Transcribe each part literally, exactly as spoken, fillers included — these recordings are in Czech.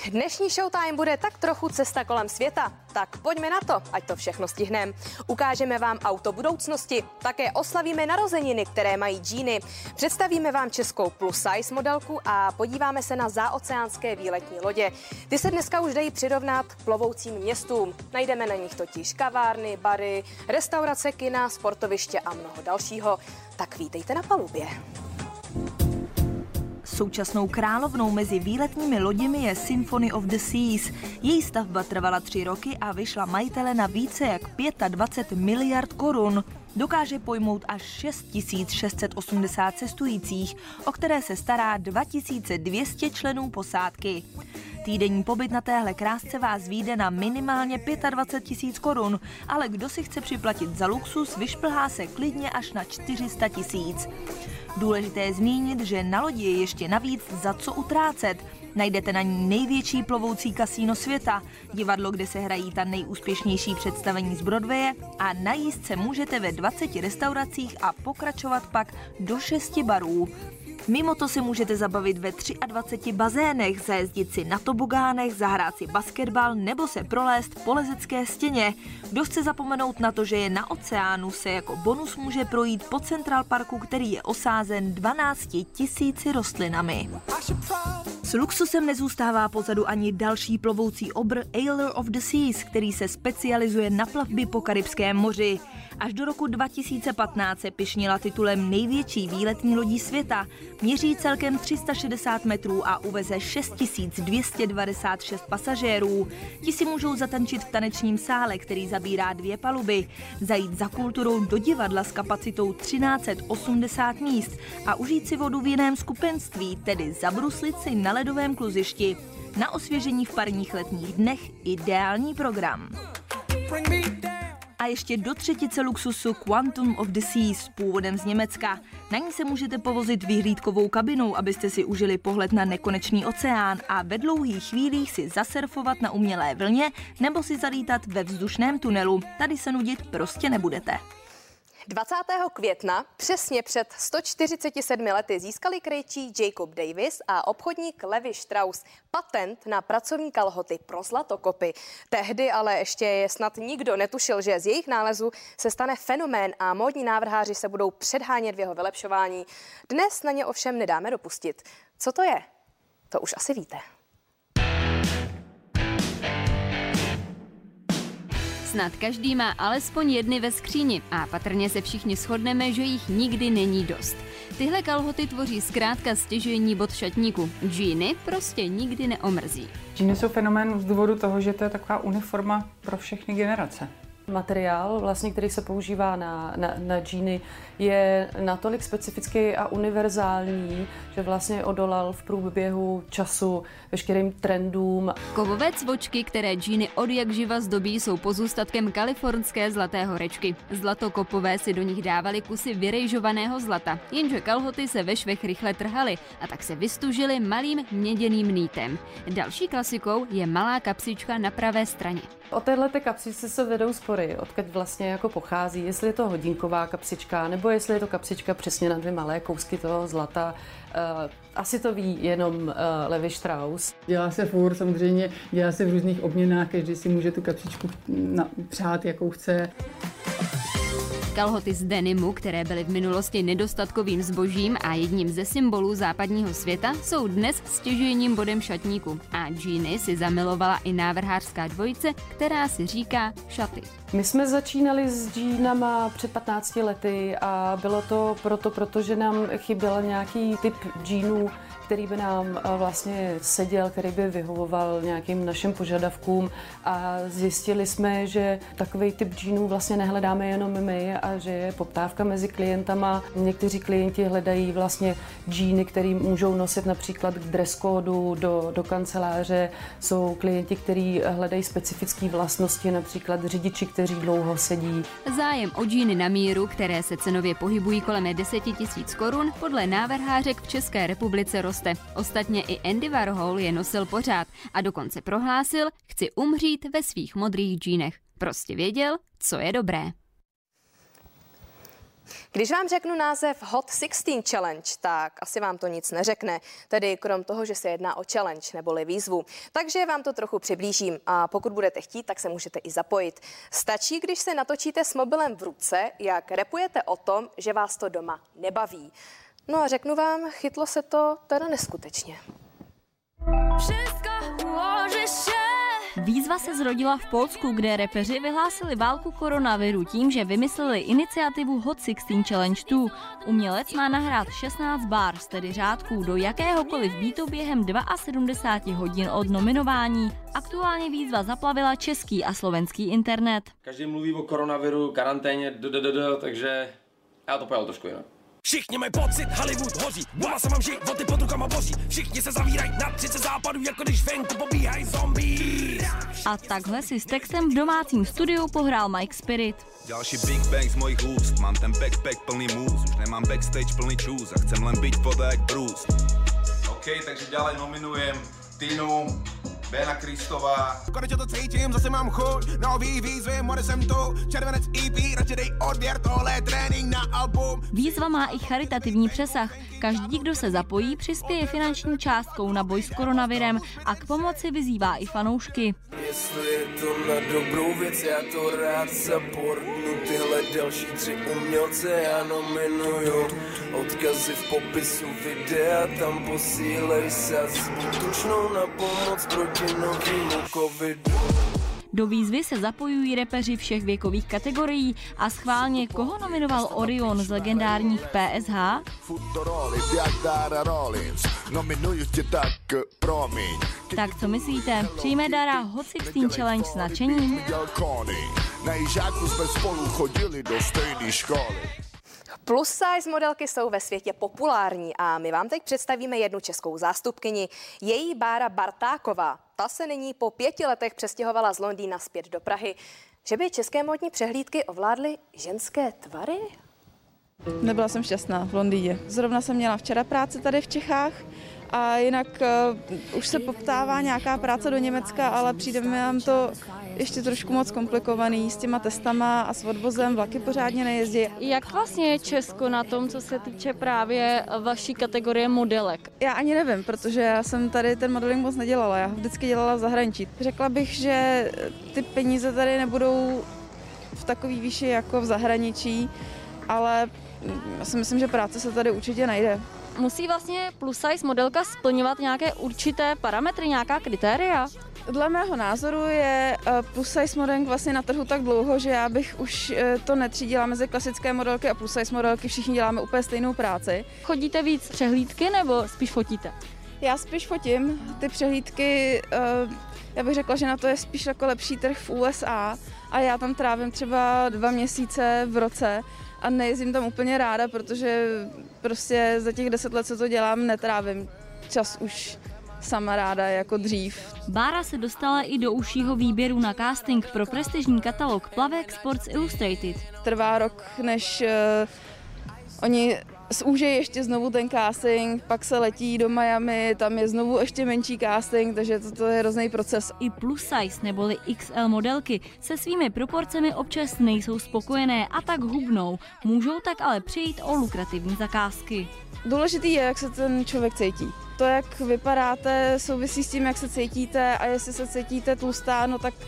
Dnešní Showtime bude tak trochu cesta kolem světa. Tak pojďme na to, ať to všechno stihneme. Ukážeme vám auto budoucnosti, také oslavíme narozeniny, které mají džíny. Představíme vám českou plus size modelku a podíváme se na záoceánské výletní lodě. Ty se dneska už dají přirovnat k plovoucím městům. Najdeme na nich totiž kavárny, bary, restaurace, kina, sportoviště a mnoho dalšího. Tak vítejte na palubě. Současnou královnou mezi výletními loděmi je Symphony of the Seas. Její stavba trvala tři roky a vyšla majitele na více jak dvacet pět miliard korun. Dokáže pojmout až šest tisíc šest set osmdesát cestujících, o které se stará dva tisíce dvě stě členů posádky. Týdenní pobyt na téhle krásce vás vyjde na minimálně dvacet pět tisíc korun, ale kdo si chce připlatit za luxus, vyšplhá se klidně až na čtyři sta tisíc. Důležité je zmínit, že na lodi je ještě navíc za co utrácet. Najdete na ní největší plovoucí kasíno světa, divadlo, kde se hrají ta nejúspěšnější představení z Broadwaye a najíst se můžete ve dvaceti restauracích a pokračovat pak do šesti barů. Mimo to si můžete zabavit ve dvaceti třech bazénech, zajezdit si na tobogánech, zahrát si basketbal nebo se prolézt po lezecké stěně. Kdo chce zapomenout na to, že je na oceánu, se jako bonus může projít po Central Parku, který je osázen dvanácti tisíci rostlinami. S luxusem nezůstává pozadu ani další plovoucí obr Ailer of the Seas, který se specializuje na plavby po Karibském moři. Až do roku dva tisíce patnáct se pyšnila titulem největší výletní lodí světa. Měří celkem tři sta šedesát metrů a uveze šest tisíc dvě stě devadesát šest pasažérů. Ti si můžou zatančit v tanečním sále, který zabírá dvě paluby, zajít za kulturou do divadla s kapacitou třináct set osmdesát míst a užít si vodu v jiném skupenství, tedy zabruslit si na ledovém kluzišti. Na osvěžení v parních letních dnech ideální program. A ještě do třetice luxusu Quantum of the Seas, původem z Německa. Na ní se můžete povozit vyhlídkovou kabinou, abyste si užili pohled na nekonečný oceán a ve dlouhých chvílích si zasurfovat na umělé vlně nebo si zalítat ve vzdušném tunelu. Tady se nudit prostě nebudete. dvacátého května přesně před sto čtyřiceti sedmi lety získali krejčí Jacob Davis a obchodník Levi Strauss patent na pracovní kalhoty pro zlatokopy. Tehdy ale ještě je snad nikdo netušil, že z jejich nálezu se stane fenomén a módní návrháři se budou předhánět v jeho vylepšování. Dnes na ně ovšem nedáme dopustit. Co to je? To už asi víte. Snad každý má alespoň jedny ve skříni a patrně se všichni shodneme, že jich nikdy není dost. Tyhle kalhoty tvoří zkrátka stěžejní bod šatníku. Džíny prostě nikdy neomrzí. Džíny jsou fenomén z důvodu toho, že to je taková uniforma pro všechny generace. Materiál, vlastně, který se používá na, na, na džíny, je natolik specifický a univerzální, že vlastně odolal v průběhu času veškerým trendům. Kovové cvočky, které džíny od jak živa zdobí, jsou pozůstatkem kalifornské zlaté horečky. Zlatokopové si do nich dávali kusy vyrejžovaného zlata, jenže kalhoty se ve švech rychle trhaly a tak se vystužily malým měděným nýtem. Další klasikou je malá kapsička na pravé straně. O téhleté kapsičce se vedou spory, odkud vlastně jako pochází, jestli je to hodinková kapsička, nebo jestli je to kapsička přesně na dvě malé kousky toho zlata. Uh, asi to ví jenom uh, Levi Strauss. Dělá se furt, samozřejmě, dělá se v různých obměnách, každý si může tu kapsičku přát, jakou chce. Kalhoty z denimu, které byly v minulosti nedostatkovým zbožím a jedním ze symbolů západního světa, jsou dnes stěžejním bodem šatníku. A džíny si zamilovala i návrhářská dvojice, která si říká šaty. My jsme začínali s džínama před patnácti lety a bylo to proto, protože nám chyběl nějaký typ džínů, který by nám vlastně seděl, který by vyhovoval nějakým našim požadavkům a zjistili jsme, že takový typ džínů vlastně nehledáme jenom my a že je poptávka mezi klientama. Někteří klienti hledají vlastně džíny, které můžou nosit například k dress kódu do, do kanceláře. Jsou klienti, kteří hledají specifické vlastnosti, například řidiči, kteří dlouho sedí. Zájem o džíny na míru, které se cenově pohybují kolem deset tisíc korun, podle návrhářek v České republice roste. Ostatně i Andy Warhol je nosil pořád a dokonce prohlásil, chci umřít ve svých modrých džínech. Prostě věděl, co je dobré. Když vám řeknu název Hot šestnáct Challenge, tak asi vám to nic neřekne, tedy krom toho, že se jedná o challenge neboli výzvu. Takže vám to trochu přiblížím a pokud budete chtít, tak se můžete i zapojit. Stačí, když se natočíte s mobilem v ruce, jak rapujete o tom, že vás to doma nebaví. No a řeknu vám, chytlo se to teda neskutečně. Výzva se zrodila v Polsku, kde rapeři vyhlásili válku koronaviru tím, že vymysleli iniciativu Hot šestnáct Challenge dva. Umělec má nahrát šestnáct bars, tedy řádků, do jakéhokoliv beatu během sedmdesát dva hodin od nominování. Aktuálně výzva zaplavila český a slovenský internet. Každý mluví o koronaviru, karanténě, ddd, takže já to pojal trošku jinak. Všichni mají pocit, Hollywood hoří, doma se mám životy pod rukama boří. Všichni se zavírají na třicet západů, jako když venku pobíhají zombies. A takhle si s textem v domácím studiu pohrál Mike Spirit. Další Big Bang z mojich úst, mám ten backpack plný můz, už nemám backstage plný čůz a chcem len být foda jak Bruce. OK, takže ďalej nominujem Tinu, Bena Kristová. Konečně to cítím, zase mám chuť, nový výzvy, more jsem tu, červenec E P, radši dej odběr, tohle trénink na album. Výzva má i charitativní přesah. Každý, kdo se zapojí, přispěje finanční částkou na boj s koronavirem a k pomoci vyzývá i fanoušky. Jestli je to na dobrou věc, já to rád supportnu, tyhle další tři umělce já nominuju. Odkazy v popisu videa, tam posílej sazbu tučnou na pomoc proti novému covidu. Do výzvy se zapojují rapeři všech věkových kategorií a schválně koho nominoval Orion z legendárních P S H? Tak co myslíte? Přijme Dara Hot šestnáct Challenge s nadšením? Na Jižáku jsme spolu chodili do stejné školy. Plus size modelky jsou ve světě populární a my vám teď představíme jednu českou zástupkyni, její Bára Bartáková. Ta se nyní po pěti letech přestěhovala z Londýna zpět do Prahy. Že by české módní přehlídky ovládly ženské tvary? Nebyla jsem šťastná v Londýně. Zrovna jsem měla včera práci tady v Čechách a jinak uh, už se poptává nějaká práce do Německa, ale přijde mi nám to ještě trošku moc komplikovaný s těma testama a s odvozem, vlaky pořádně nejezdí. Jak vlastně je Česko na tom, co se týče právě vaší kategorie modelek? Já ani nevím, protože já jsem tady ten modeling moc nedělala, já ho vždycky dělala v zahraničí. Řekla bych, že ty peníze tady nebudou v takový výši jako v zahraničí, ale já si myslím, že práce se tady určitě najde. Musí vlastně plus size modelka splňovat nějaké určité parametry, nějaká kritéria? Dle mého názoru je plus size modeling vlastně na trhu tak dlouho, že já bych už to netřídila mezi klasické modelky a plus size modelky, všichni děláme úplně stejnou práci. Chodíte víc přehlídky nebo spíš fotíte? Já spíš fotím, ty přehlídky, já bych řekla, že na to je spíš jako lepší trh v U S A a já tam trávím třeba dva měsíce v roce a nejezdím tam úplně ráda, protože prostě za těch deset let, co to dělám, netrávím čas už sama ráda jako dřív. Bára se dostala i do užšího výběru na casting pro prestižní katalog Plavek Sports Illustrated. Trvá rok, než uh, oni zúžejí ještě znovu ten casting, pak se letí do Miami, tam je znovu ještě menší casting, takže to, to je hrozný proces. I plus size neboli X L modelky se svými proporcemi občas nejsou spokojené a tak hubnou. Můžou tak ale přijít o lukrativní zakázky. Důležitý je, jak se ten člověk cítí. To, jak vypadáte, souvisí s tím, jak se cítíte a jestli se cítíte tlustá, no tak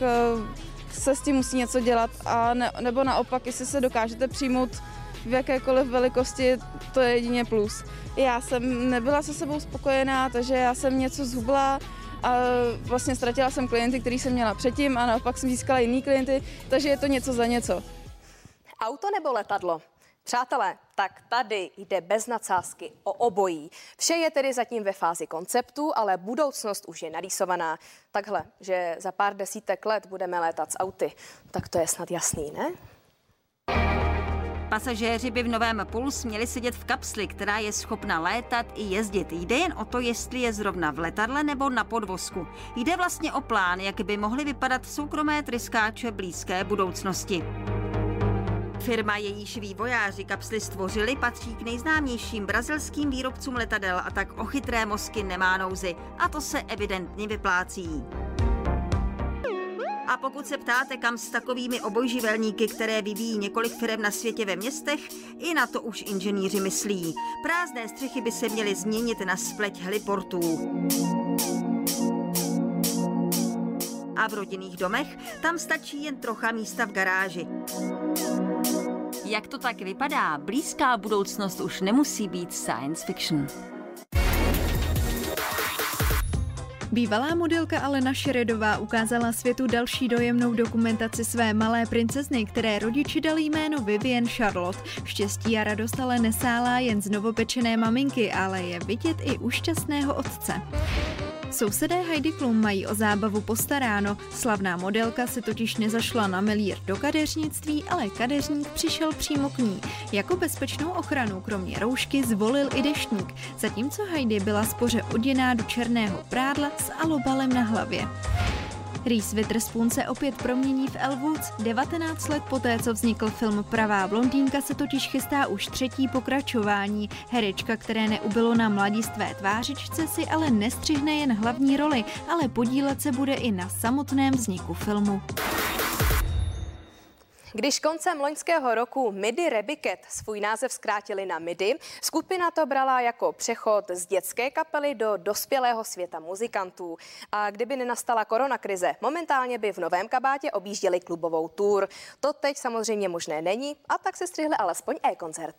se s tím musí něco dělat a ne, nebo naopak, jestli se dokážete přijmout v jakékoliv velikosti, to je jedině plus. Já jsem nebyla se sebou spokojená, takže já jsem něco zhubla a vlastně ztratila jsem klienty, který jsem měla předtím a naopak jsem získala jiný klienty, takže je to něco za něco. Auto nebo letadlo? Přátelé, tak tady jde bez nadsázky o obojí. Vše je tedy zatím ve fázi konceptu, ale budoucnost už je narýsovaná. Takhle, že za pár desítek let budeme létat s auty, tak to je snad jasný, ne? Pasažéři by v novém Puls měli sedět v kapsli, která je schopna létat i jezdit. Jde jen o to, jestli je zrovna v letadle nebo na podvozku. Jde vlastně o plán, jak by mohly vypadat soukromé tryskáče blízké budoucnosti. Firma, jejíž vývojáři kapsly stvořili, patří k nejznámějším brazilským výrobcům letadel a tak o chytré mozky nemá nouzy. A to se evidentně vyplácí. A pokud se ptáte, kam s takovými obojživelníky, které vyvíjí několik firem na světě ve městech, i na to už inženýři myslí. Prázdné střechy by se měly změnit na spleť heliportů. A v rodinných domech tam stačí jen trocha místa v garáži. Jak to tak vypadá, blízká budoucnost už nemusí být science fiction. Bývalá modelka Alena Šeredová ukázala světu další dojemnou dokumentaci své malé princezny, které rodiči dali jméno Vivienne Charlotte. Štěstí a radost ale nesála jen z novopečené maminky, ale je vidět i u šťastného otce. Sousedé Heidi Klum mají o zábavu postaráno. Slavná modelka se totiž nezašla na melír do kadeřnictví, ale kadeřník přišel přímo k ní. Jako bezpečnou ochranu kromě roušky zvolil i deštník, zatímco Heidi byla spoře oděná do černého prádla s alobalem na hlavě. Reese Witherspoon se opět promění v Elle Woods. devatenáct let poté, co vznikl film Pravá blondýnka, se totiž chystá už třetí pokračování. Herečka, které neubylo na mladistvé tvářičce, si ale nestřihne jen hlavní roli, ale podílet se bude i na samotném vzniku filmu. Když koncem loňského roku Midi Rebiket svůj název zkrátili na Midi, skupina to brala jako přechod z dětské kapely do dospělého světa muzikantů. A kdyby nenastala koronakrize, momentálně by v novém kabátě objížděli klubovou tour. To teď samozřejmě možné není, a tak se střihli alespoň e-koncert.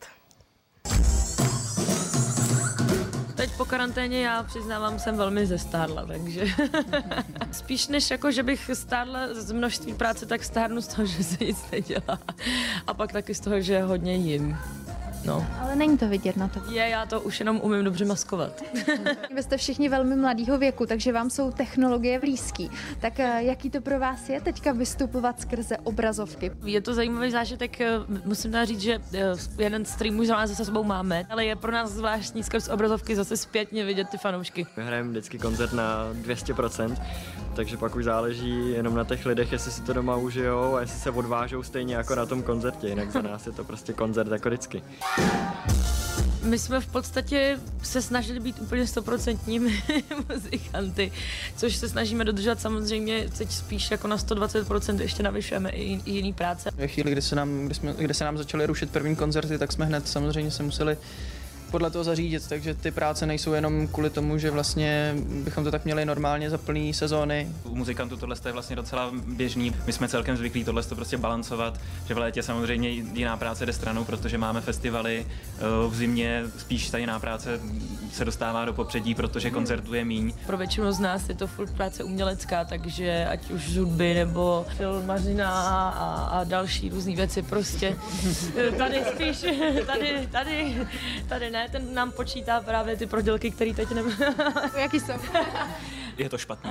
Teď po karanténě já přiznávám, jsem velmi zestárla, takže spíš než jako, že bych stárla z množství práce, tak stárnu z toho, že se nic nedělá. A pak taky z toho, že hodně jim. No. Ale není to vidět na to. Je, já to už jenom umím dobře maskovat. Vy jste všichni velmi mladýho věku, takže vám jsou technologie blízký. Tak jaký to pro vás je teďka vystupovat skrze obrazovky? Je to zajímavý zážitek, musím teda říct, že jeden stream už za nás za sebou máme, ale je pro nás zvláštní skrz obrazovky zase zpětně vidět ty fanoušky. My hrajeme vždycky koncert na dvě stě procent, takže pak už záleží jenom na těch lidech, jestli si to doma užijou a jestli se odvážou stejně jako na tom koncertě, jinak za nás je to prostě koncert jako vždycky. My jsme v podstatě se snažili být úplně stoprocentními muzikanty, což se snažíme dodržet samozřejmě teď spíš jako na sto dvacet procent, ještě navyšujeme i, i jiný práce. Ve chvíli, kdy se, nám, kdy, jsme, kdy se nám začaly rušit první koncerty, tak jsme hned samozřejmě se museli podle toho zařídit, takže ty práce nejsou jenom kvůli tomu, že vlastně bychom to tak měli normálně za plný sezóny. U muzikantů tohle je vlastně docela běžný. My jsme celkem zvyklí tohle to prostě balancovat, že v létě samozřejmě jiná práce jde stranou, protože máme festivaly, v zimě spíš ta jiná práce se dostává do popředí, protože koncertů je míň. Pro většinu z nás je to furt práce umělecká, takže ať už z hudby nebo filmařina a, a další různé věci prostě. Tady spíš, tady, tady, tady ne. Ten nám počítá právě ty prodělky, které teď nemáme. Jaký jsou? Je to špatný.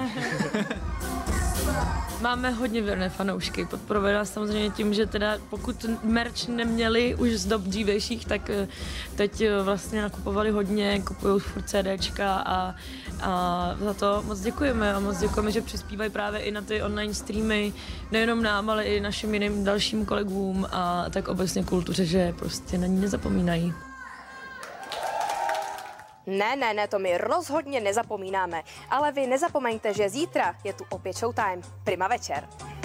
Máme hodně věrné fanoušky, podporujeme nás samozřejmě tím, že teda pokud merch neměli už z dob dřívějších, tak teď vlastně nakupovali hodně, kupují furt CDčka a, a za to moc děkujeme a moc děkujeme, že přispívají právě i na ty online streamy, nejenom nám, ale i našim jiným dalším kolegům a tak obecně kultuře, že prostě na ní nezapomínají. Ne, ne, ne, to my rozhodně nezapomínáme. Ale vy nezapomeňte, že zítra je tu opět Showtime. Prima večer.